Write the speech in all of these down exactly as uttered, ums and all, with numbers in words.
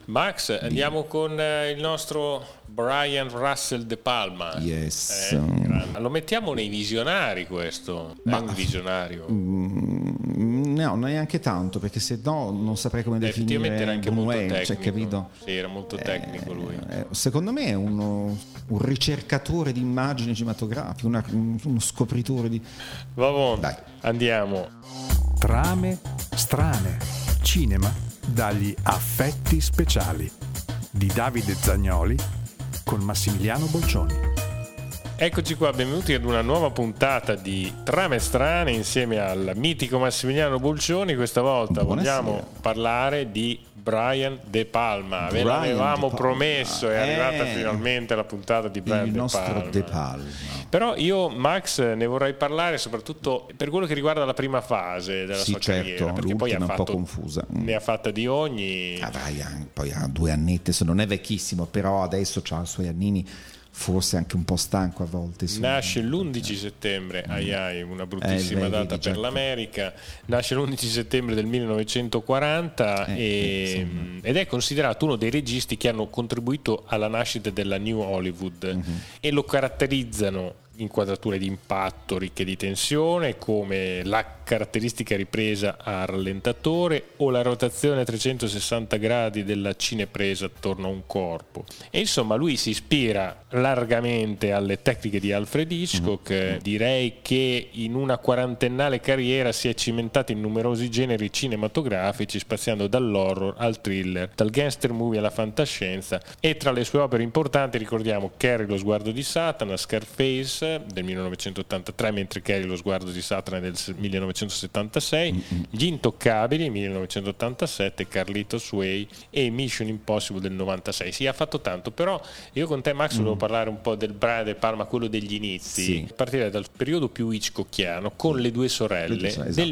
Max, andiamo con eh, il nostro Brian Russell De Palma. Yes. Eh, lo mettiamo nei visionari questo? È Ma, un visionario? Mm, no, neanche tanto, perché se no non saprei come eh, definire. Effettivamente era anche molto Buñuel, tecnico. cioè, capito? Sì, era molto tecnico lui. Eh, secondo me è uno, un ricercatore di immagini cinematografiche, una, uno scopritore di... Va Dai. Andiamo. Trame strane. Cinema dagli affetti speciali di Davide Zagnoli con Massimiliano Bolcioni. Eccoci qua, benvenuti ad una nuova puntata di Trame strane insieme al mitico Massimiliano Bolcioni. Questa volta Buonasera. vogliamo parlare di Brian De Palma. Ve Brian l'avevamo De Palma. promesso, è arrivata Eh, finalmente la puntata di Brian il De nostro Palma. De Palma. Però io, Max, ne vorrei parlare soprattutto per quello che riguarda la prima fase della Sì, sua certo, carriera, perché poi ha l'ultima è un po' fatto, confusa. Mm. ne ha fatta di ogni. Ah, dai, poi ha due annetti, se non è vecchissimo, però adesso ha i suoi annini, forse anche un po' stanco a volte. insomma. Nasce l'undici settembre, ai ai, una bruttissima Eh, vedi, data vedi, per l'America. Nasce l'undici settembre del millenovecentoquaranta Eh, e, insomma. ed è considerato uno dei registi che hanno contribuito alla nascita della New Hollywood Mm-hmm. e lo caratterizzano inquadrature di impatto ricche di tensione, come la caratteristica ripresa a rallentatore o la rotazione a trecentosessanta gradi della cinepresa attorno a un corpo. E insomma lui si ispira largamente alle tecniche di Alfred Hitchcock. Mm-hmm. Eh, direi che in una quarantennale carriera si è cimentato in numerosi generi cinematografici, spaziando dall'horror al thriller, dal gangster movie alla fantascienza, e tra le sue opere importanti ricordiamo Carrie, lo sguardo di Satana, Scarface del millenovecentottantatré, mentre Carrie, lo sguardo di Satana è del millenovecentosettantasei, mm-hmm. Gli Intoccabili millenovecentottantasette, Carlitos Way e Mission Impossible del novantasei. Sì, ha fatto tanto, però io con te, Max, volevo mm. parlare un po' del Brian De Palma, quello degli inizi, sì. a partire dal periodo più hitchcockiano con Le due sorelle, Le due sorelle, del esatto.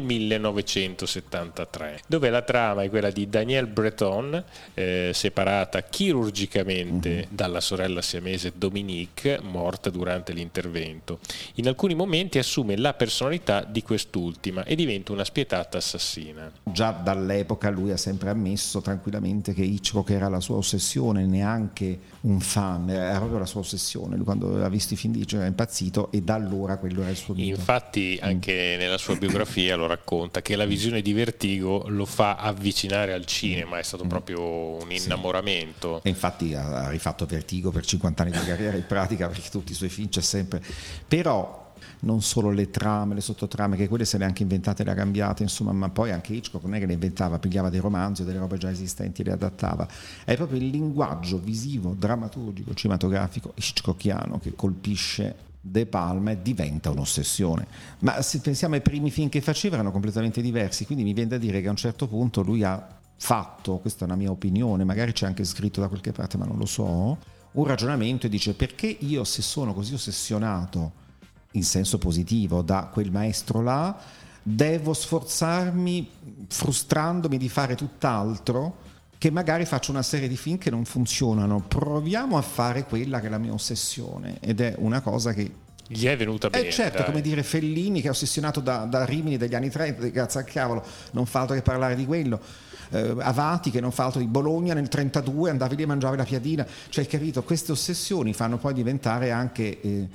millenovecentosettantatré, dove la trama è quella di Danielle Breton, eh, separata chirurgicamente mm-hmm. dalla sorella siamese Dominique, morta durante l'intervento. In alcuni momenti assume la personalità di quest'ultima e diventa una spietata assassina. Già dall'epoca lui ha sempre ammesso tranquillamente che Hitchcock era la sua ossessione, neanche un fan, era proprio la sua ossessione. Lui quando aveva visto i film di Hitchcock era impazzito e da allora quello era il suo mito. Infatti anche nella sua biografia lo racconta che la visione di Vertigo lo fa avvicinare al cinema, è stato proprio un innamoramento. E infatti ha rifatto Vertigo per cinquanta anni di carriera in pratica, perché tutti i suoi film c'è sempre. Però non solo le trame, le sottotrame, che quelle se le ha anche inventate e le ha cambiate, insomma, ma poi anche Hitchcock non è che le inventava, pigliava dei romanzi o delle robe già esistenti e le adattava. È proprio il linguaggio visivo, drammaturgico, cinematografico hitchcockiano che colpisce De Palma e diventa un'ossessione. Ma se pensiamo ai primi film che faceva erano completamente diversi, quindi mi viene da dire che a un certo punto lui ha fatto, questa è una mia opinione, magari c'è anche scritto da qualche parte ma non lo so, un ragionamento e dice: perché io, se sono così ossessionato in senso positivo da quel maestro là, devo sforzarmi frustrandomi di fare tutt'altro, che magari faccio una serie di film che non funzionano, proviamo a fare quella che è la mia ossessione. Ed è una cosa che gli è venuta bene. Eh certo, dai. Come dire Fellini, che è ossessionato da, da Rimini degli anni trenta, grazie al cavolo, non fa altro che parlare di quello. Uh, Avati, che non fa altro di Bologna nel trentadue, andavi lì e mangiavi la piadina, cioè capito, queste ossessioni fanno poi diventare anche eh,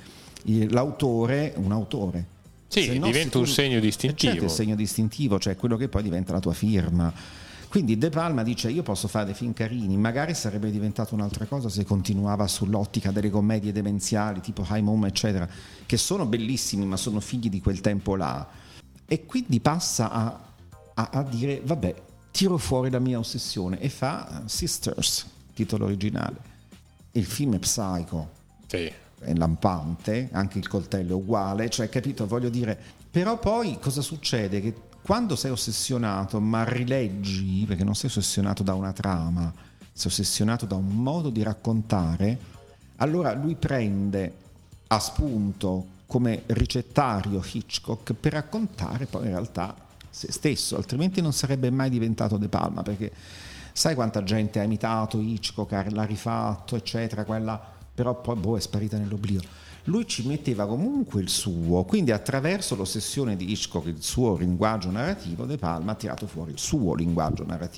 l'autore un autore. Sì, no, diventa un segno distintivo. Certo, il segno distintivo, cioè quello che poi diventa la tua firma. Quindi De Palma dice: io posso fare dei film carini, magari sarebbe diventato un'altra cosa se continuava sull'ottica delle commedie demenziali tipo High Mom eccetera, che sono bellissimi ma sono figli di quel tempo là, e quindi passa a, a, a dire vabbè, tiro fuori la mia ossessione, e fa Sisters, titolo originale. Il film è Psycho, sì. È lampante, anche il coltello è uguale, cioè capito, voglio dire. Però poi cosa succede? Che quando sei ossessionato ma rileggi, perché non sei ossessionato da una trama, sei ossessionato da un modo di raccontare, allora lui prende a spunto come ricettario Hitchcock per raccontare poi in realtà se stesso, altrimenti non sarebbe mai diventato De Palma, perché sai quanta gente ha imitato Hitchcock, l'ha rifatto eccetera, quella, però poi boh, è sparita nell'oblio. Lui ci metteva comunque il suo, quindi attraverso l'ossessione di Hitchcock, il suo linguaggio narrativo, De Palma ha tirato fuori il suo linguaggio narrativo.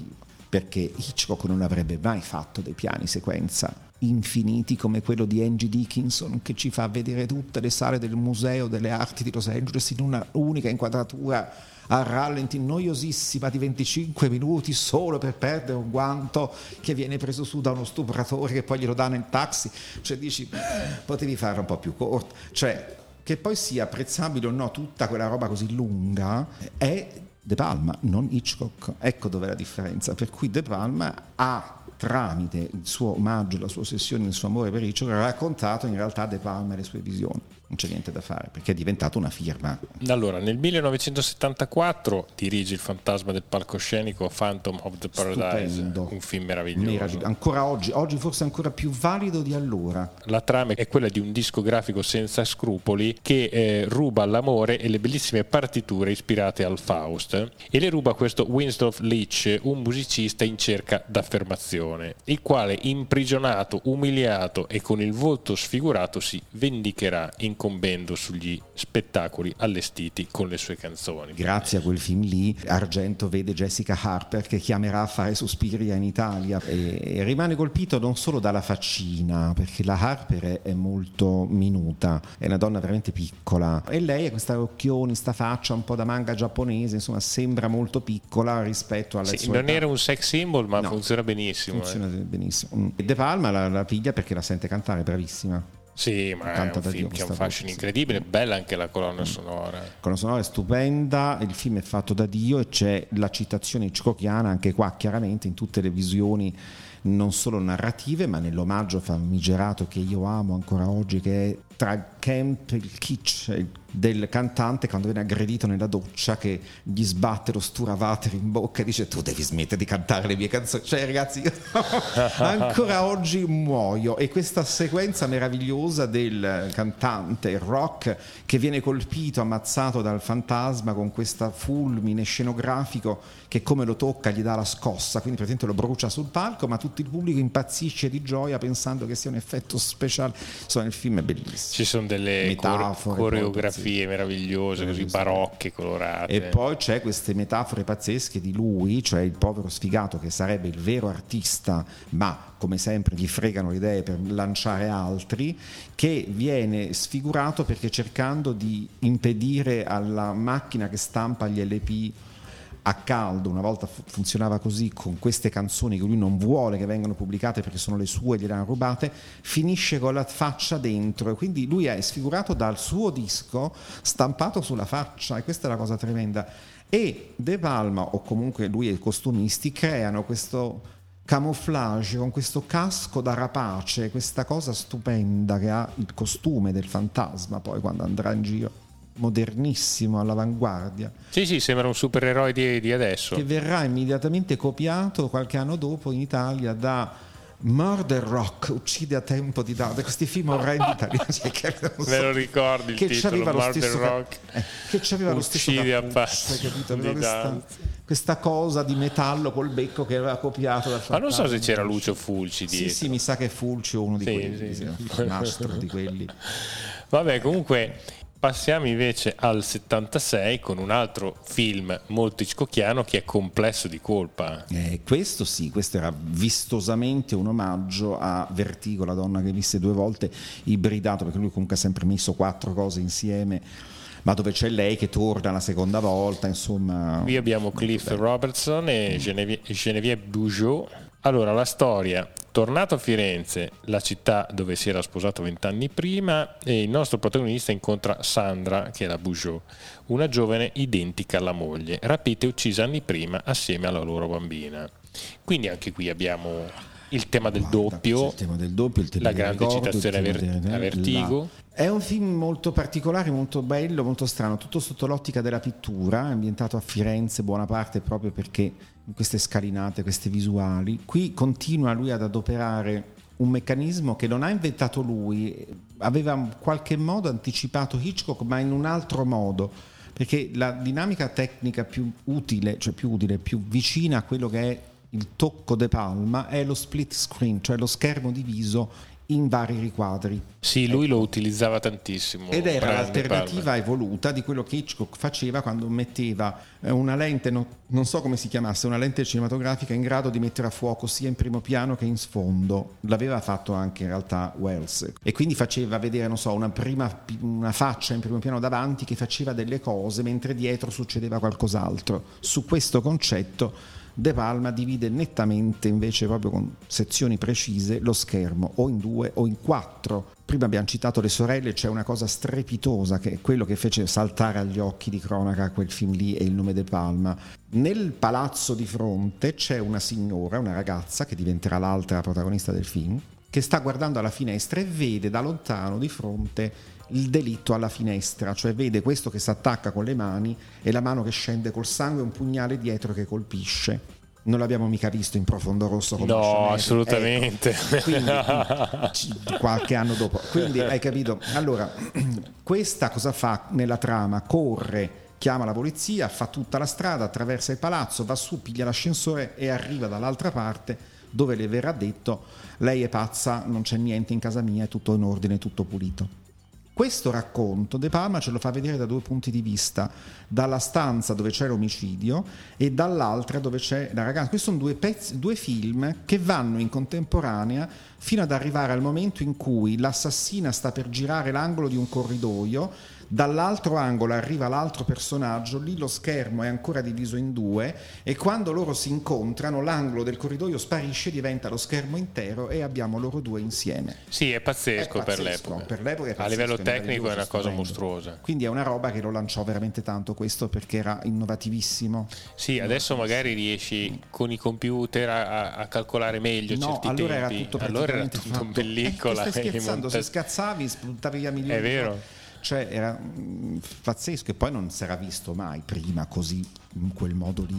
perché Hitchcock non avrebbe mai fatto dei piani sequenza infiniti come quello di Angie Dickinson, che ci fa vedere tutte le sale del Museo delle Arti di Los Angeles in una unica inquadratura a rallenti noiosissima di venticinque minuti solo per perdere un guanto che viene preso su da uno stupratore che poi glielo dà nel taxi. Cioè dici, potevi farlo un po' più corto. Cioè, che poi sia apprezzabile o no tutta quella roba così lunga, è De Palma, non Hitchcock. Ecco dov'è la differenza. Per cui De Palma ha, tramite il suo omaggio, la sua ossessione, il suo amore per Hitchcock, ha raccontato in realtà De Palma e le sue visioni. Non c'è niente da fare, perché è diventato una firma. Allora, nel millenovecentosettantaquattro dirige Il fantasma del palcoscenico, Phantom of the Paradise, Stupendo. Un film meraviglioso. Meraviglioso. Ancora oggi, oggi forse ancora più valido di allora. La trama è quella di un discografico senza scrupoli che eh, ruba l'amore e le bellissime partiture ispirate al Faust, e le ruba questo Winslow Leach, un musicista in cerca d'affermazione, il quale, imprigionato, umiliato e con il volto sfigurato, si vendicherà incombendo sugli spettacoli allestiti con le sue canzoni. Grazie a quel film lì Argento vede Jessica Harper che chiamerà a fare Suspiria in Italia, e, e rimane colpito non solo dalla faccina, perché la Harper è, è molto minuta, è una donna veramente piccola, e lei ha questa occhioni, sta faccia un po' da manga giapponese, insomma sembra molto piccola rispetto alle sì, sue non età. Era un sex symbol, ma no, funziona benissimo. Funziona eh. benissimo. De Palma la, la piglia perché la sente cantare, bravissima. Sì, ma Canta è un film Dio, che ha un questa fascino voce, incredibile, sì. Bella anche la colonna sonora. La colonna sonora è stupenda, il film è fatto da Dio e c'è la citazione hitchcockiana anche qua chiaramente in tutte le visioni, non solo narrative, ma nell'omaggio famigerato che io amo ancora oggi, che è tra camp e il kitsch del cantante quando viene aggredito nella doccia, che gli sbatte lo Sturavater in bocca e dice tu devi smettere di cantare le mie canzoni. Cioè ragazzi, ancora oggi muoio. E questa sequenza meravigliosa del cantante, il rock, che viene colpito, ammazzato dal fantasma con questo fulmine scenografico che come lo tocca gli dà la scossa, quindi praticamente lo brucia sul palco, ma tutto il pubblico impazzisce di gioia pensando che sia un effetto speciale. Insomma il film è bellissimo. Ci sono delle metafore, coreografie poi, meravigliose, sì, così sì, barocche, colorate. E poi c'è queste metafore pazzesche di lui, cioè il povero sfigato che sarebbe il vero artista, ma come sempre gli fregano le idee per lanciare altri, che viene sfigurato perché cercando di impedire alla macchina che stampa gli L P a caldo, una volta funzionava così, con queste canzoni che lui non vuole che vengano pubblicate perché sono le sue e gliele hanno rubate, finisce con la faccia dentro, e quindi lui è sfigurato dal suo disco stampato sulla faccia, e questa è la cosa tremenda. E De Palma, o comunque lui e i costumisti, creano questo camouflage con questo casco da rapace, questa cosa stupenda che ha il costume del fantasma poi quando andrà in giro, modernissimo, all'avanguardia. Sì, sì, sembra un supereroe di, di adesso. Che verrà immediatamente copiato qualche anno dopo in Italia da Murder Rock, uccide a tempo di dare, questi film orrendi italiani che non so, me lo ricordi il che titolo, c'aveva lo Murder stesso Rock, eh, che c'aveva lo stesso uccide a cappuccio, passo hai capito? di Questa, questa cosa di metallo col becco che aveva copiato dal ma non so se c'era fantasma. Lucio Fulci dietro. Sì, sì, mi sa che Fulci o uno di Sì, quelli, sì. sì, un nastro di quelli. Vabbè, comunque passiamo invece al settantasei con un altro film molto hitchcockiano che è Complesso di colpa. Eh, questo sì, questo era vistosamente un omaggio a Vertigo, la donna che visse due volte, ibridato, perché lui comunque ha sempre messo quattro cose insieme, ma dove c'è lei che torna la seconda volta, insomma. Qui abbiamo Cliff Robertson e Genevieve, Genevieve Bujold. Allora, la storia: tornato a Firenze, la città dove si era sposato vent'anni prima, e il nostro protagonista incontra Sandra, che è la Bujold, una giovane identica alla moglie, rapita e uccisa anni prima assieme alla loro bambina. Quindi anche qui abbiamo il tema del Guarda, doppio, il tema del doppio, il la grande ricordo, citazione a, il ver- tema del- a Vertigo. la- È un film molto particolare, molto bello, molto strano, tutto sotto l'ottica della pittura, ambientato a Firenze, buona parte proprio perché in queste scalinate, queste visuali. Qui continua lui ad adoperare un meccanismo che non ha inventato lui, aveva in qualche modo anticipato Hitchcock, ma in un altro modo, perché la dinamica tecnica più utile, cioè più utile, più vicina a quello che è il tocco De Palma, è lo split screen, cioè lo schermo diviso in vari riquadri. Sì, lui lo utilizzava tantissimo. Ed era Brian l'alternativa De Palma. evoluta di quello che Hitchcock faceva quando metteva una lente, no, non so come si chiamasse, una lente cinematografica in grado di mettere a fuoco sia in primo piano che in sfondo. L'aveva fatto anche in realtà Wells. E quindi faceva vedere, non so, una, prima, una faccia in primo piano davanti che faceva delle cose mentre dietro succedeva qualcos'altro. Su questo concetto De Palma divide nettamente invece proprio con sezioni precise lo schermo o in due o in quattro. Prima abbiamo citato Le sorelle, c'è una cosa strepitosa che è quello che fece saltare agli occhi di cronaca quel film lì e Il nome De Palma. Nel palazzo di fronte c'è una signora, una ragazza che diventerà l'altra protagonista del film, che sta guardando alla finestra e vede da lontano di fronte il delitto alla finestra, cioè vede questo che si attacca con le mani e la mano che scende col sangue e un pugnale dietro che colpisce. Non l'abbiamo mica visto in Profondo Rosso come no, scenetto. assolutamente. Ecco. Quindi, qualche anno dopo. Quindi hai capito? Allora, questa cosa fa nella trama? Corre, chiama la polizia, fa tutta la strada, attraversa il palazzo, va su, piglia l'ascensore e arriva dall'altra parte dove le verrà detto: lei è pazza, non c'è niente in casa mia, è tutto in ordine, tutto pulito. Questo racconto De Palma ce lo fa vedere da due punti di vista, dalla stanza dove c'è l'omicidio e dall'altra dove c'è la ragazza. Questi sono due, pezzi, due film che vanno in contemporanea fino ad arrivare al momento in cui l'assassina sta per girare l'angolo di un corridoio, dall'altro angolo arriva l'altro personaggio, lì lo schermo è ancora diviso in due e quando loro si incontrano l'angolo del corridoio sparisce, diventa lo schermo intero e abbiamo loro due insieme. Sì, è pazzesco, È pazzesco per l'epoca. per l'epoca è pazzesco, a livello è tecnico è una cosa stupendo. mostruosa. Quindi è una roba che lo lanciò veramente tanto questo, perché era innovativissimo. Sì, adesso magari riesci con i computer a, a calcolare meglio No, certi allora era tempi. tutto allora era praticamente tutto fatto. in pellicola. Eh, stai scherzando, monta- se scazzavi spuntavi via milioni. È vero. Cioè era mh, pazzesco, e poi non si era visto mai prima così, in quel modo lì.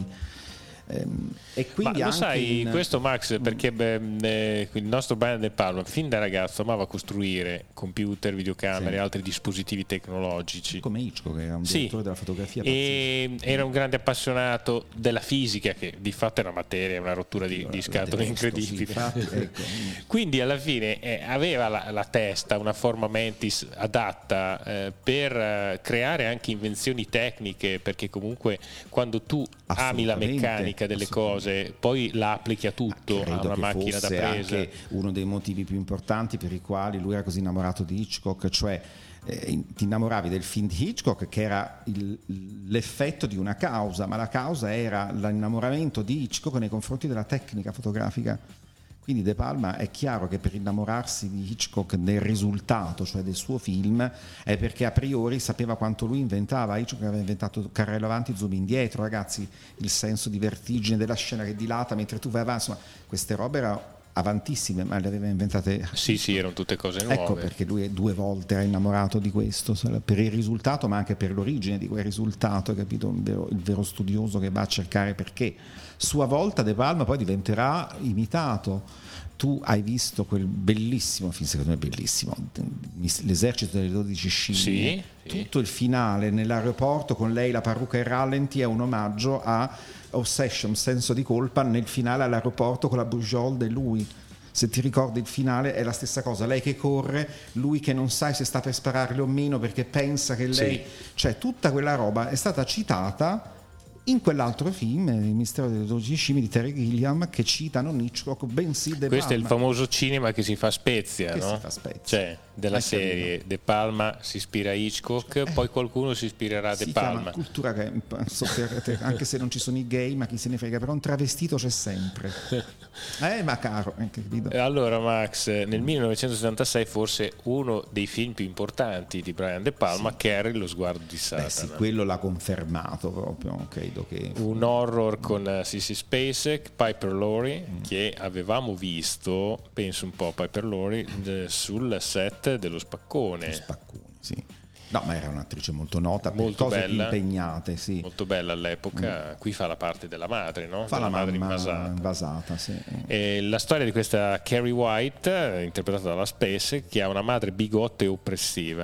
Ehm, e quindi Ma lo anche sai, in... questo Max, perché beh, eh, il nostro Brian De Palma fin da ragazzo amava costruire computer, videocamere, Sì. altri dispositivi tecnologici. come Hitchcock, che era un Sì. direttore della fotografia E era un grande appassionato della fisica, che di fatto è una materia, una rottura di, di scatole Detesto, incredibile. sì, infatti, ecco. Quindi alla fine eh, aveva la, la testa, una forma mentis adatta eh, per eh, creare anche invenzioni tecniche, perché comunque quando tu ami la Assolutamente, meccanica delle cose poi la applichi a tutto, a Credo una che macchina da fosse presa. anche uno dei motivi più importanti per i quali lui era così innamorato di Hitchcock, cioè eh, ti innamoravi del film di Hitchcock che era il, l'effetto di una causa, ma la causa era l'innamoramento di Hitchcock nei confronti della tecnica fotografica. Quindi De Palma è chiaro che per innamorarsi di Hitchcock del risultato, cioè del suo film, è perché a priori sapeva quanto lui inventava. Hitchcock aveva inventato carrello avanti, zoom indietro, ragazzi, il senso di vertigine della scena che dilata mentre tu vai avanti, insomma, queste robe erano avantissime, ma le aveva inventate. Sì, sì, erano tutte cose nuove. Ecco perché lui due volte era innamorato di questo, per il risultato ma anche per l'origine di quel risultato, capito? Il vero, il vero studioso che va a cercare perché. Sua volta De Palma poi diventerà imitato. Tu hai visto quel bellissimo film, secondo me bellissimo, L'esercito delle dodici scimmie. Sì, sì. Tutto il finale nell'aeroporto con lei, la parrucca e rallenti è un omaggio a Obsession, senso di colpa, nel finale all'aeroporto con la Bujold e lui. Se ti ricordi il finale è la stessa cosa, lei che corre, lui che non sa se sta per spararle o meno perché pensa che lei... Sì. Cioè tutta quella roba è stata citata in quell'altro film, Il mistero delle dodici scimmie di Terry Gilliam, che cita non Hitchcock bensì De Palma. Questo è il famoso cinema che si fa Spezia, Che no? si fa Spezia. Cioè, della Hai serie capito? De Palma si ispira a Hitchcock, Cioè, eh, poi qualcuno si ispirerà a De Si Palma. chiama cultura che, so, per- per- anche se non ci sono i gay, ma chi se ne frega, però un travestito c'è sempre. Eh, ma caro, anche, capito? Allora Max, nel millenovecentosettantasei forse uno dei film più importanti di Brian De Palma, Carrie, lo sguardo di Satana. Beh sì, quello l'ha confermato proprio, credo che... Un horror con uh, Sissy Spacek, Piper Laurie, mm. che avevamo visto, penso un po' Piper Laurie, de, sul set dello Spaccone. Spaccone, sì. No, ma era un'attrice molto nota, per Molto cose bella, più impegnate, sì. Molto bella all'epoca. Mm. Qui fa la parte della madre, no? Fa della la madre mamma invasata. invasata, sì. E la storia di questa Carrie White, interpretata dalla Spacek, che ha una madre bigotta e oppressiva.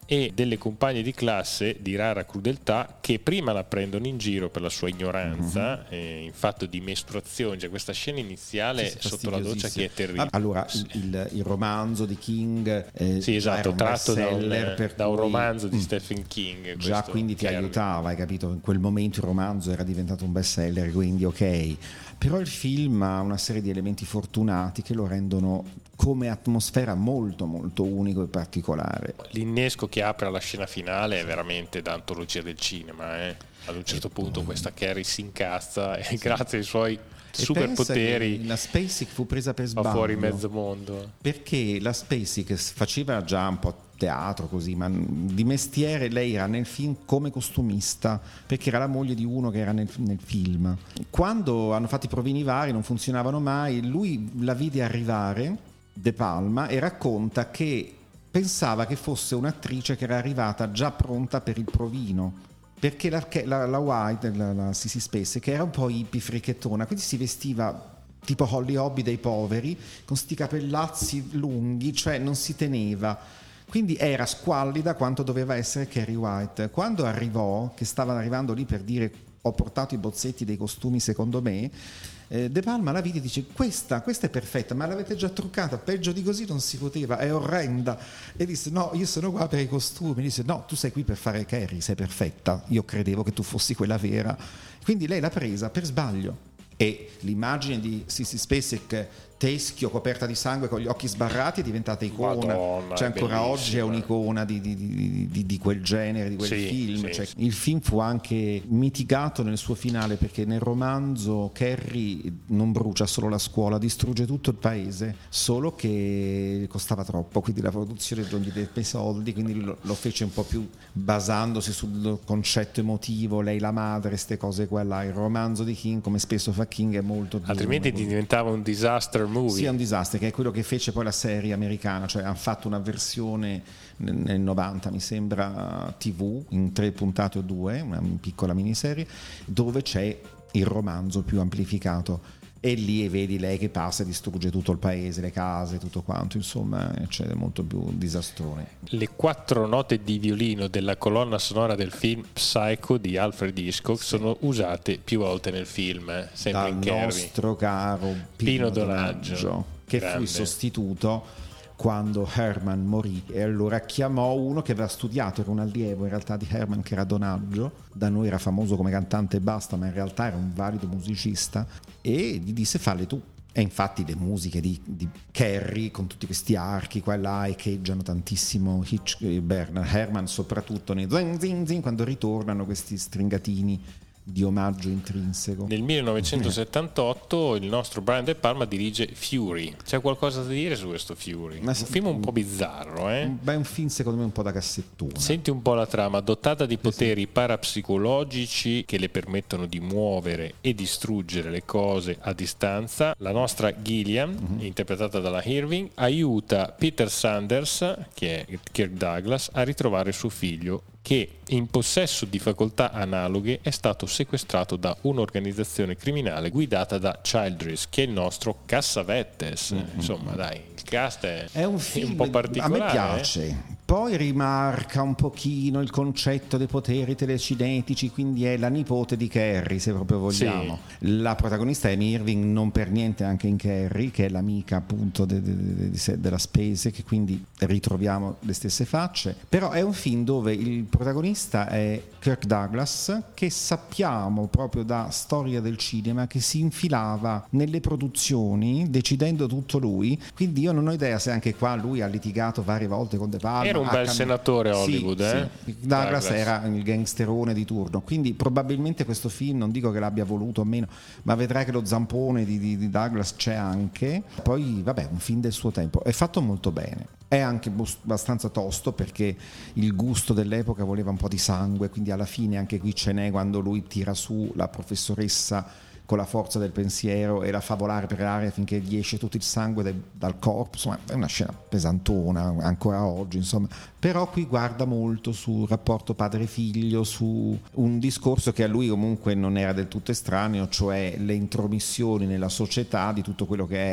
e delle compagne di classe di rara crudeltà che prima la prendono in giro per la sua ignoranza, mm-hmm. eh, in fatto di mestruazione. Cioè, questa scena iniziale sì, sì, sotto la doccia che è terribile. Allora, sì. il, il romanzo di King eh, sì, esatto, tratto da un, per da un cui, romanzo di mm, Stephen King. Già quindi ti chiaro. aiutava, hai capito? In quel momento il romanzo era diventato un bestseller, quindi ok. Però il film ha una serie di elementi fortunati che lo rendono come atmosfera molto molto unico e particolare. L'innesco che apre la scena finale è veramente da antologia del cinema, eh? Ad un certo e punto poi questa Carrie si incazza e sì. grazie ai suoi superpoteri la SpaceX fu presa per sbaglio, va fuori mezzo mondo, perché la SpaceX faceva già un po' teatro così, ma di mestiere lei era nel film come costumista, perché era la moglie di uno che era nel, nel film. Quando hanno fatto i provini vari non funzionavano mai, lui la vide arrivare, De Palma, e racconta che pensava che fosse un'attrice che era arrivata già pronta per il provino, perché la, la, la White, la, la Sissy Spacek, che era un po' hippie frichettona, quindi si vestiva tipo Holly Hobbie dei poveri, con sti capellazzi lunghi, cioè non si teneva, quindi era squallida quanto doveva essere Carrie White. Quando arrivò, che stavano arrivando lì per dire ho portato i bozzetti dei costumi secondo me, eh, De Palma la vide e dice questa, questa è perfetta, ma l'avete già truccata, peggio di così non si poteva, è orrenda, e disse no, io sono qua per i costumi. Disse no, tu sei qui per fare Carrie, sei perfetta, io credevo che tu fossi quella vera. Quindi lei l'ha presa per sbaglio, e l'immagine di Sissy Spacek teschio, coperta di sangue, con gli occhi sbarrati, è diventata icona. Madonna, cioè ancora oggi è un'icona di, di, di, di, di quel genere, di quel sì, film. Sì, cioè, sì. Il film fu anche mitigato nel suo finale, perché nel romanzo Carrie non brucia solo la scuola, distrugge tutto il paese, solo che costava troppo, quindi la produzione non gli dette i soldi, quindi lo, lo fece un po' più basandosi sul concetto emotivo, lei la madre, queste cose qua là. Il romanzo di King, come spesso fa King, è molto più, altrimenti molto... diventava un disaster movie. Sì, è un disastro, che è quello che fece poi la serie americana, cioè hanno fatto una versione nel novanta, mi sembra, tivù, in tre puntate o due, una piccola miniserie, dove c'è il romanzo più amplificato, e lì vedi lei che passa e distrugge tutto il paese, le case, tutto quanto, insomma c'è molto più disastrone. Le quattro note di violino della colonna sonora del film Psycho di Alfred Hitchcock sì. sono usate più volte nel film, eh, sempre dal in Carrie. nostro caro Pino, Pino Donaggio, Donaggio che grande. fu il sostituto quando Herman morì, e allora chiamò uno che aveva studiato, era un allievo in realtà di Herman, che era Donaggio, da noi era famoso come cantante e basta, ma in realtà era un valido musicista, e gli disse falle tu. E infatti le musiche di, di Carrie, con tutti questi archi qua e là, echeggiano tantissimo Hitch, Bernard Herman, soprattutto nei zin zin zin, quando ritornano questi stringatini di omaggio intrinseco. Nel millenovecentosettantotto il nostro Brian De Palma dirige Fury. C'è qualcosa da dire su questo Fury? Ma un film un po' bizzarro, eh? Beh, un film secondo me un po' da cassettone. Senti un po' la trama: dotata di poteri parapsicologici che le permettono di muovere e distruggere le cose a distanza, la nostra Gillian, mm-hmm. interpretata dalla Irving, aiuta Peter Sanders, che è Kirk Douglas, a ritrovare suo figlio, che in possesso di facoltà analoghe è stato sequestrato da un'organizzazione criminale guidata da Childress, che è il nostro Cassavetes. Mm-hmm. Insomma, dai, il cast è, è un film un po' particolare. A me piace. Eh? Poi rimarca un pochino il concetto dei poteri telecinetici, quindi è la nipote di Carrie, se proprio vogliamo. Sì. La protagonista è Amy Irving, non per niente anche in Carrie, che è l'amica appunto de, de, de, de, della Spacek, che quindi ritroviamo le stesse facce. Però è un film dove il protagonista è Kirk Douglas, che sappiamo proprio da storia del cinema che si infilava nelle produzioni decidendo tutto lui, quindi io non ho idea se anche qua lui ha litigato varie volte con De Palma. Era un bel senatore Hollywood, sì, eh? Sì. Douglas, Douglas era il gangsterone di turno, quindi probabilmente questo film, non dico che l'abbia voluto o meno, ma vedrai che lo zampone di, di, di Douglas c'è anche. Poi vabbè, un film del suo tempo, è fatto molto bene, è anche abbastanza tosto perché il gusto dell'epoca voleva un po' di sangue, quindi alla fine anche qui ce n'è, quando lui tira su la professoressa con la forza del pensiero e la fa volare per l'aria finché gli esce tutto il sangue de, dal corpo, insomma è una scena pesantona ancora oggi, insomma. Però qui guarda molto sul rapporto padre-figlio, su un discorso che a lui comunque non era del tutto estraneo, cioè le intromissioni nella società di tutto quello che è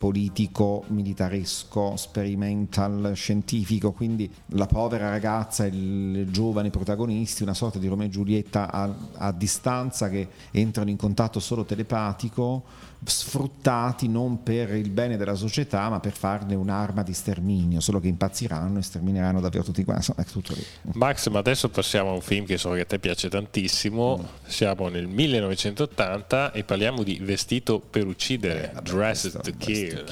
politico, militaresco, experimental, scientifico, quindi la povera ragazza e il giovane protagonisti, una sorta di Romeo e Giulietta a, a distanza, che entrano in contatto solo telepatico, sfruttati non per il bene della società ma per farne un'arma di sterminio, solo che impazziranno e stermineranno davvero tutti quanti. Insomma, è tutto lì. Max, ma adesso passiamo a un film che so che a te piace tantissimo. Mm. Siamo nel millenovecentottanta e parliamo di Vestito per uccidere, eh, vabbè, Dressed to Kill,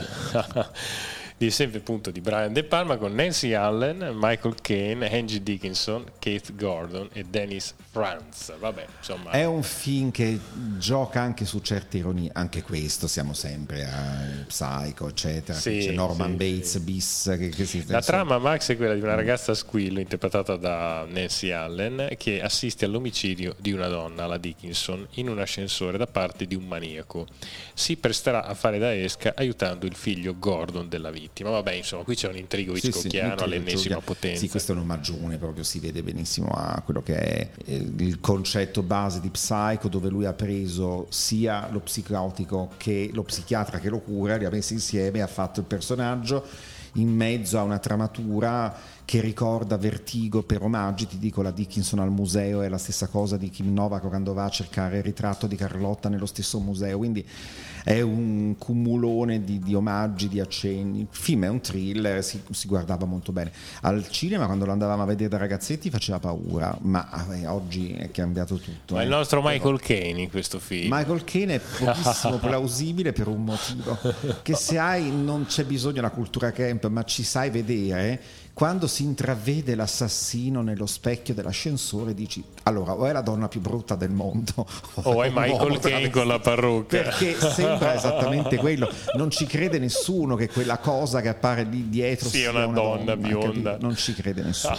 di sempre appunto di Brian De Palma, con Nancy Allen, Michael Caine, Angie Dickinson, Keith Gordon e Dennis Franz. Vabbè, insomma, è un film che gioca anche su certe ironie, anche questo siamo sempre a Psycho eccetera, sì, c'è Norman sì, Bates sì. bis che, che si la trama, Max, è quella di una ragazza squillo interpretata da Nancy Allen che assiste all'omicidio di una donna, la Dickinson, in un ascensore da parte di un maniaco. Si presterà a fare da esca aiutando il figlio Gordon della vittima. Ma vabbè, insomma, qui c'è un intrigo hitchcockiano sì, sì, all'ennesima potenza. Sì, questo è un omaggione, proprio si vede benissimo a quello che è il concetto base di Psycho, dove lui ha preso sia lo psicotico che lo psichiatra che lo cura, li ha messi insieme e ha fatto il personaggio in mezzo a una tramatura che ricorda Vertigo per omaggi. Ti dico, la Dickinson al museo è la stessa cosa di Kim Novak quando va a cercare il ritratto di Carlotta nello stesso museo, quindi è un cumulone di, di omaggi, di accenni. Il film è un thriller, si, si guardava molto bene al cinema, quando lo andavamo a vedere da ragazzetti faceva paura, ma eh, oggi è cambiato tutto. Ma eh. il nostro Michael Caine in questo film, Michael Caine è pochissimo plausibile per un motivo, che se hai, non c'è bisogno della cultura camp, ma ci sai vedere. Quando si intravede l'assassino nello specchio dell'ascensore dici, allora, o è la donna più brutta del mondo o, o è Michael Caine con la parrucca, perché sembra esattamente quello. Non ci crede nessuno che quella cosa che appare lì dietro sì, sia una, una donna, donna bionda, non ci crede nessuno.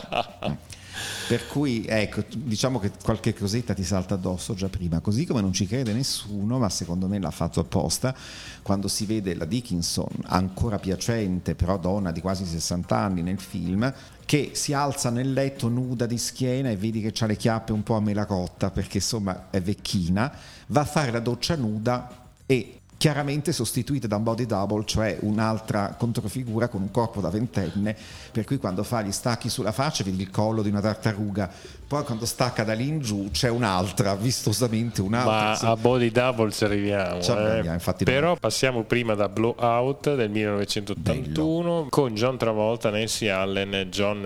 Per cui ecco, diciamo che qualche cosetta ti salta addosso già prima, così come non ci crede nessuno, ma secondo me l'ha fatto apposta, quando si vede la Dickinson ancora piacente, però donna di quasi sessanta anni nel film, che si alza nel letto nuda di schiena e vedi che ha le chiappe un po' a mela cotta perché insomma è vecchina, va a fare la doccia nuda e chiaramente sostituita da un body double, cioè un'altra controfigura con un corpo da ventenne, per cui quando fa gli stacchi sulla faccia vedi il collo di una tartaruga, poi quando stacca da lì in giù c'è un'altra, vistosamente un'altra. Ma insomma, a body double ci arriviamo, ci arriviamo eh. infatti però non... passiamo prima da Blowout del millenovecentottantuno. Bello. Con John Travolta, Nancy Allen e John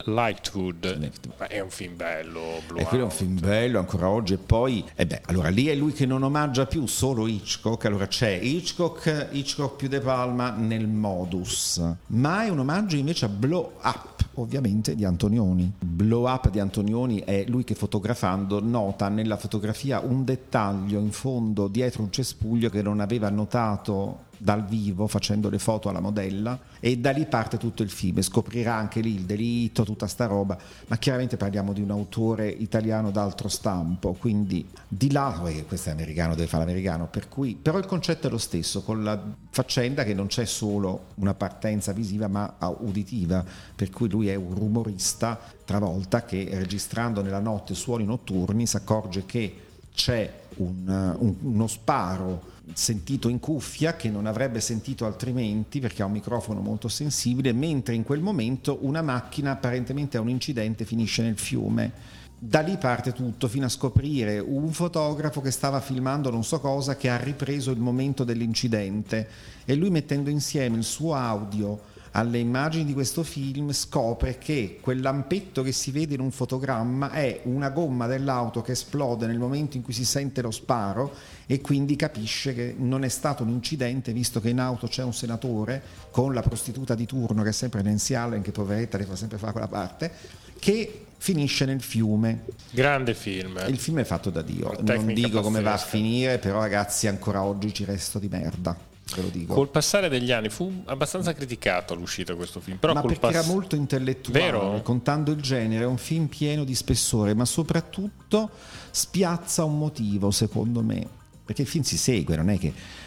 Lightwood. È un film bello, Blowout. E quello è un film bello ancora oggi. E poi eh beh, allora lì è lui che non omaggia più solo Hitchcock, allora c'è Hitchcock, Hitchcock più De Palma nel modus, ma è un omaggio invece a Blow Up, ovviamente di Antonioni. Blow Up di Antonioni è lui che, fotografando, nota nella fotografia un dettaglio in fondo dietro un cespuglio che non aveva notato dal vivo facendo le foto alla modella, e da lì parte tutto il film e scoprirà anche lì il delitto, tutta sta roba, ma chiaramente parliamo di un autore italiano d'altro stampo, quindi di là, perché questo è americano, deve fare l'americano, per cui però il concetto è lo stesso, con la faccenda che non c'è solo una partenza visiva ma uditiva, per cui lui è un rumorista Travolta che, registrando nella notte suoni notturni, si accorge che c'è un, un, uno sparo sentito in cuffia che non avrebbe sentito altrimenti perché ha un microfono molto sensibile, mentre in quel momento una macchina, apparentemente a un incidente, finisce nel fiume. Da lì parte tutto fino a scoprire un fotografo che stava filmando non so cosa, che ha ripreso il momento dell'incidente, e lui, mettendo insieme il suo audio alle immagini di questo film, scopre che quel lampetto che si vede in un fotogramma è una gomma dell'auto che esplode nel momento in cui si sente lo sparo, e quindi capisce che non è stato un incidente, visto che in auto c'è un senatore con la prostituta di turno che è sempre Nancy Allen, che poveretta le fa sempre fare quella parte, che finisce nel fiume. Grande film. Il film è fatto da Dio, non dico come va a finire, però ragazzi ancora oggi ci resto di merda. Ve lo dico. Col passare degli anni fu abbastanza criticato all'uscita questo film, però ma col perché pass- era molto intellettuale, vero? Contando il genere, è un film pieno di spessore, ma soprattutto spiazza un motivo, secondo me, perché il film si segue, non è che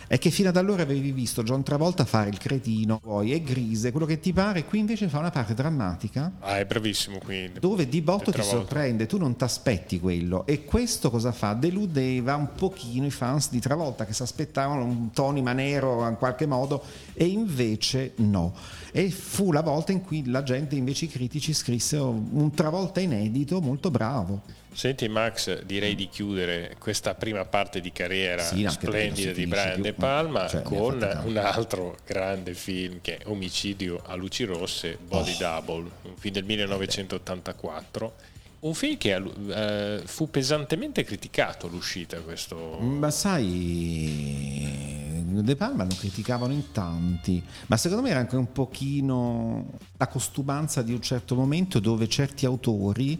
è che fino ad allora avevi visto John Travolta fare il cretino, poi è Grise, quello che ti pare, qui invece fa una parte drammatica. Ah, è bravissimo qui. Dove di botto ti sorprende, tu non ti aspetti quello, e questo cosa fa? Deludeva un pochino i fans di Travolta che si aspettavano un Tony Manero in qualche modo, e invece no. E fu la volta in cui la gente, invece i critici, scrissero un Travolta inedito molto bravo. Senti Max, direi di chiudere questa prima parte di carriera sì, splendida di Brian De Palma, cioè, con un altro grande film che è Omicidio a luci rosse, Body oh. Double, un film del millenovecentottantaquattro, un film che uh, fu pesantemente criticato all'uscita, questo. Ma sai, De Palma lo criticavano in tanti, ma secondo me era anche un pochino la costumanza di un certo momento, dove certi autori,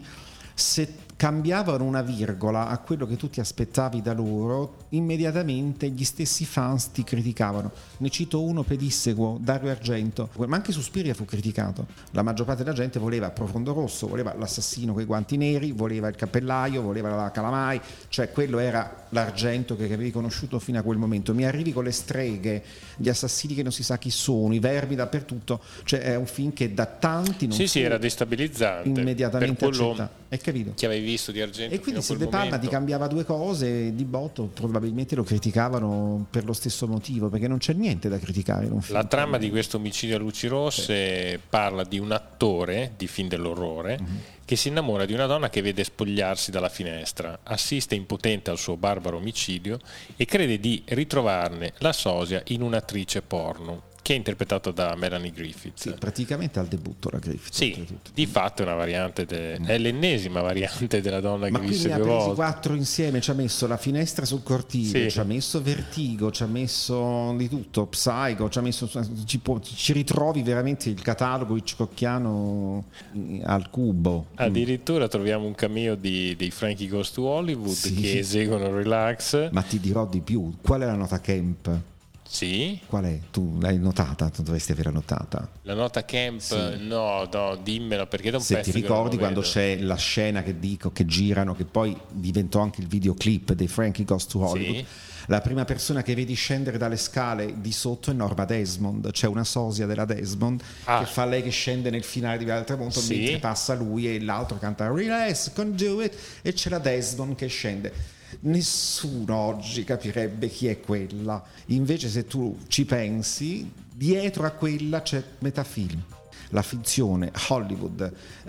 se cambiavano una virgola a quello che tu ti aspettavi da loro, immediatamente gli stessi fans ti criticavano. Ne cito uno pedissequo, Dario Argento, ma anche Suspiria fu criticato. La maggior parte della gente voleva Profondo Rosso, voleva l'assassino con i guanti neri, voleva il cappellaio, voleva la Calamai, cioè quello era l'Argento che avevi conosciuto fino a quel momento. Mi arrivi con le streghe, gli assassini che non si sa chi sono, i verbi dappertutto, cioè è un film che da tanti non sì, fu sì, era destabilizzante immediatamente accettato. Hai capito? Che avevi visto di Argento, e quindi se De Palma ti cambiava due cose, di botto probabilmente lo criticavano per lo stesso motivo, perché non c'è niente da criticare in un film. La trama di questo Omicidio a luci rosse sì. parla di un attore di film dell'orrore mm-hmm. che si innamora di una donna che vede spogliarsi dalla finestra, assiste impotente al suo barbaro omicidio e crede di ritrovarne la sosia in un'attrice porno, che è interpretato da Melanie Griffith. Sì, praticamente al debutto la Griffith. Sì, di fatto è una variante, de... mm. è l'ennesima variante della donna ma che visse due volte. Ma volte. ha presi quattro insieme, ci ha messo La finestra sul cortile, sì. ci ha messo Vertigo, ci ha messo di tutto, Psycho, ci ha messo, ci, può, ci ritrovi veramente il catalogo hitchcockiano al cubo. Addirittura mm. troviamo un cameo di, dei Frankie Goes to Hollywood sì. che eseguono Relax. Ma ti dirò di più, qual è la nota camp? Sì. Qual è? Tu l'hai notata? Tu dovresti averla notata. La nota camp? Sì. No, no, dimmela, perché da un se pezzo ti ricordi quando vedo. C'è la scena che dico che girano, che poi diventò anche il videoclip dei Frankie Goes to Hollywood. Sì. La prima persona che vedi scendere dalle scale di sotto è Norma Desmond, c'è una sosia della Desmond ah. che fa lei che scende nel finale di Viale del Tramonto sì. mentre passa lui e l'altro canta Relax, can do it, e c'è la Desmond che scende. Nessuno oggi capirebbe chi è quella, invece se tu ci pensi, dietro a quella c'è metà film, la finzione, Hollywood,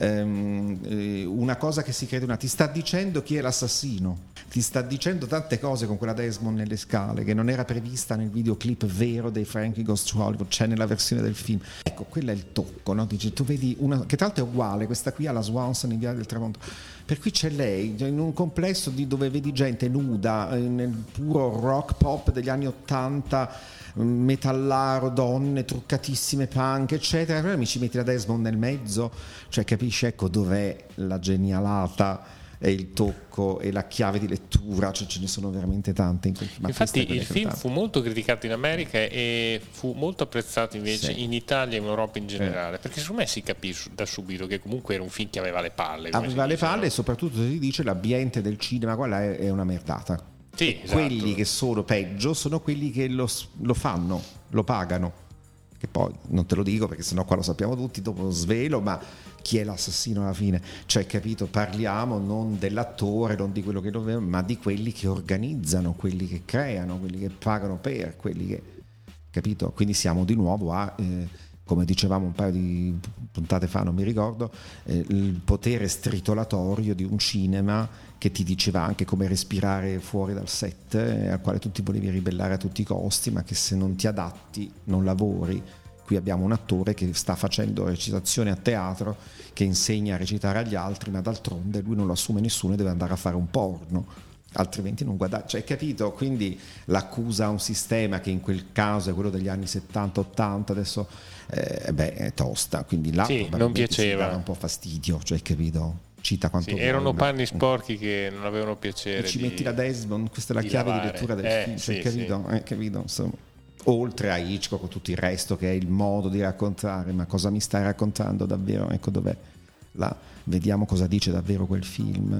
ehm, una cosa che si crede una, ti sta dicendo chi è l'assassino, ti sta dicendo tante cose con quella Desmond nelle scale che non era prevista nel videoclip vero dei Frankie Goes to Hollywood, c'è nella versione del film. Ecco, quello è il tocco, no? Dici, tu vedi una che tra l'altro è uguale, questa qui alla Swanson in Viale del Tramonto, per cui c'è lei in un complesso di dove vedi gente nuda nel puro rock pop degli anni ottanta, metallaro, donne truccatissime, punk eccetera, allora mi ci metti la Desmond nel mezzo, cioè capisci, ecco dov'è la genialata e il tocco e la chiave di lettura, cioè ce ne sono veramente tante in quel film. Infatti il film fu molto criticato in America e fu molto apprezzato invece sì. in Italia e in Europa in generale, eh. perché secondo me si capisce da subito che comunque era un film che aveva le palle, aveva le dice, palle no? E soprattutto si dice l'ambiente del cinema quella è, è una merdata. Sì, esatto. Quelli che sono peggio sono quelli che lo, lo fanno, lo pagano, che poi non te lo dico perché sennò qua lo sappiamo tutti, dopo lo svelo, ma chi è l'assassino alla fine? Cioè, capito, parliamo non dell'attore, non di quello che doveva, ma di quelli che organizzano, quelli che creano, quelli che pagano per, quelli che, capito? Quindi siamo di nuovo a, eh, come dicevamo un paio di puntate fa, non mi ricordo, eh, il potere stritolatorio di un cinema che ti diceva anche come respirare fuori dal set, eh, al quale tu ti volevi ribellare a tutti i costi, ma che se non ti adatti non lavori. Qui abbiamo un attore che sta facendo recitazione a teatro, che insegna a recitare agli altri, ma d'altronde lui non lo assume nessuno e deve andare a fare un porno, altrimenti non guadagna. Cioè, capito? Quindi l'accusa a un sistema che in quel caso è quello degli anni settanta ottanta, adesso eh, beh, è tosta, quindi là sì, non piaceva, dava un po' fastidio, cioè, capito? Cita quanto sì, vuoi, erano ma... panni sporchi che non avevano piacere e ci di, metti la Desmond, questa è la chiave lavare. di lettura del eh, film, cioè, sì, capito? Sì. Eh, capito? Insomma, oltre a Hitchcock con tutto il resto che è il modo di raccontare, ma cosa mi stai raccontando davvero? Ecco dov'è la... vediamo cosa dice davvero quel film.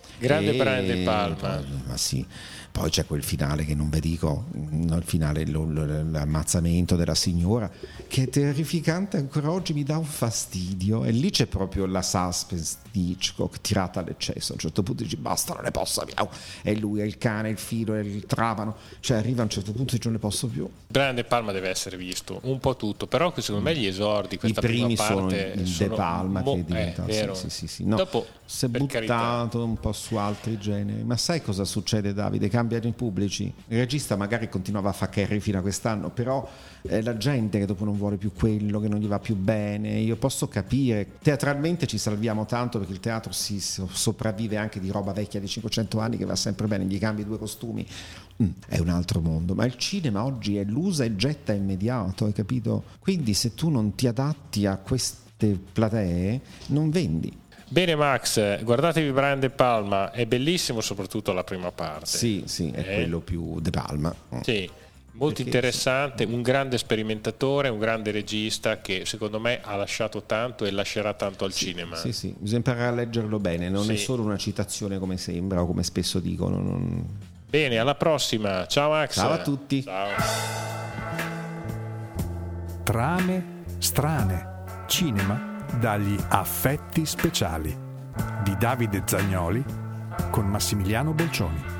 Grande e, Brian De Palma. Ma sì. Poi c'è quel finale che non vi dico, il finale, l'ammazzamento della signora, che è terrificante, ancora oggi mi dà un fastidio. E lì c'è proprio la suspense di Hitchcock tirata all'eccesso. A un certo punto dici basta, non ne posso più. È lui, è il cane, il filo, è il trapano. Cioè arriva a un certo punto e non ne posso più. Brian De Palma deve essere visto, un po' tutto, però secondo me gli esordi, questa I primi prima sono parte il sono De Palma mo- che è diventato. eh, vero. Sì, sì, sì. No, Dopo si è per buttato carità. un po' su altri generi. Ma sai cosa succede, Davide? Cambiano i pubblici. Il regista magari continuava a fare Carrie fino a quest'anno, però eh, la gente che dopo non vuole più quello, che non gli va più bene. Io posso capire, teatralmente ci salviamo tanto perché il teatro si sopravvive anche di roba vecchia di cinquecento anni che va sempre bene, gli cambi due costumi, mm, è un altro mondo. Ma il cinema oggi è l'usa e getta immediato, hai capito? Quindi se tu non ti adatti a queste platee non vendi. Bene Max, guardatevi Brian De Palma, è bellissimo soprattutto la prima parte. Sì, sì, è eh? quello più De Palma. Sì, molto Perché interessante, un grande sperimentatore, un grande regista che secondo me ha lasciato tanto e lascerà tanto al sì, cinema. Sì, sì, bisogna imparare a leggerlo bene, non sì. è solo una citazione come sembra o come spesso dicono. Non... Bene, alla prossima, ciao Max. Ciao a tutti. Ciao. Trame strane, cinema dagli affetti speciali di Davide Zagnoli con Massimiliano Bolcioni.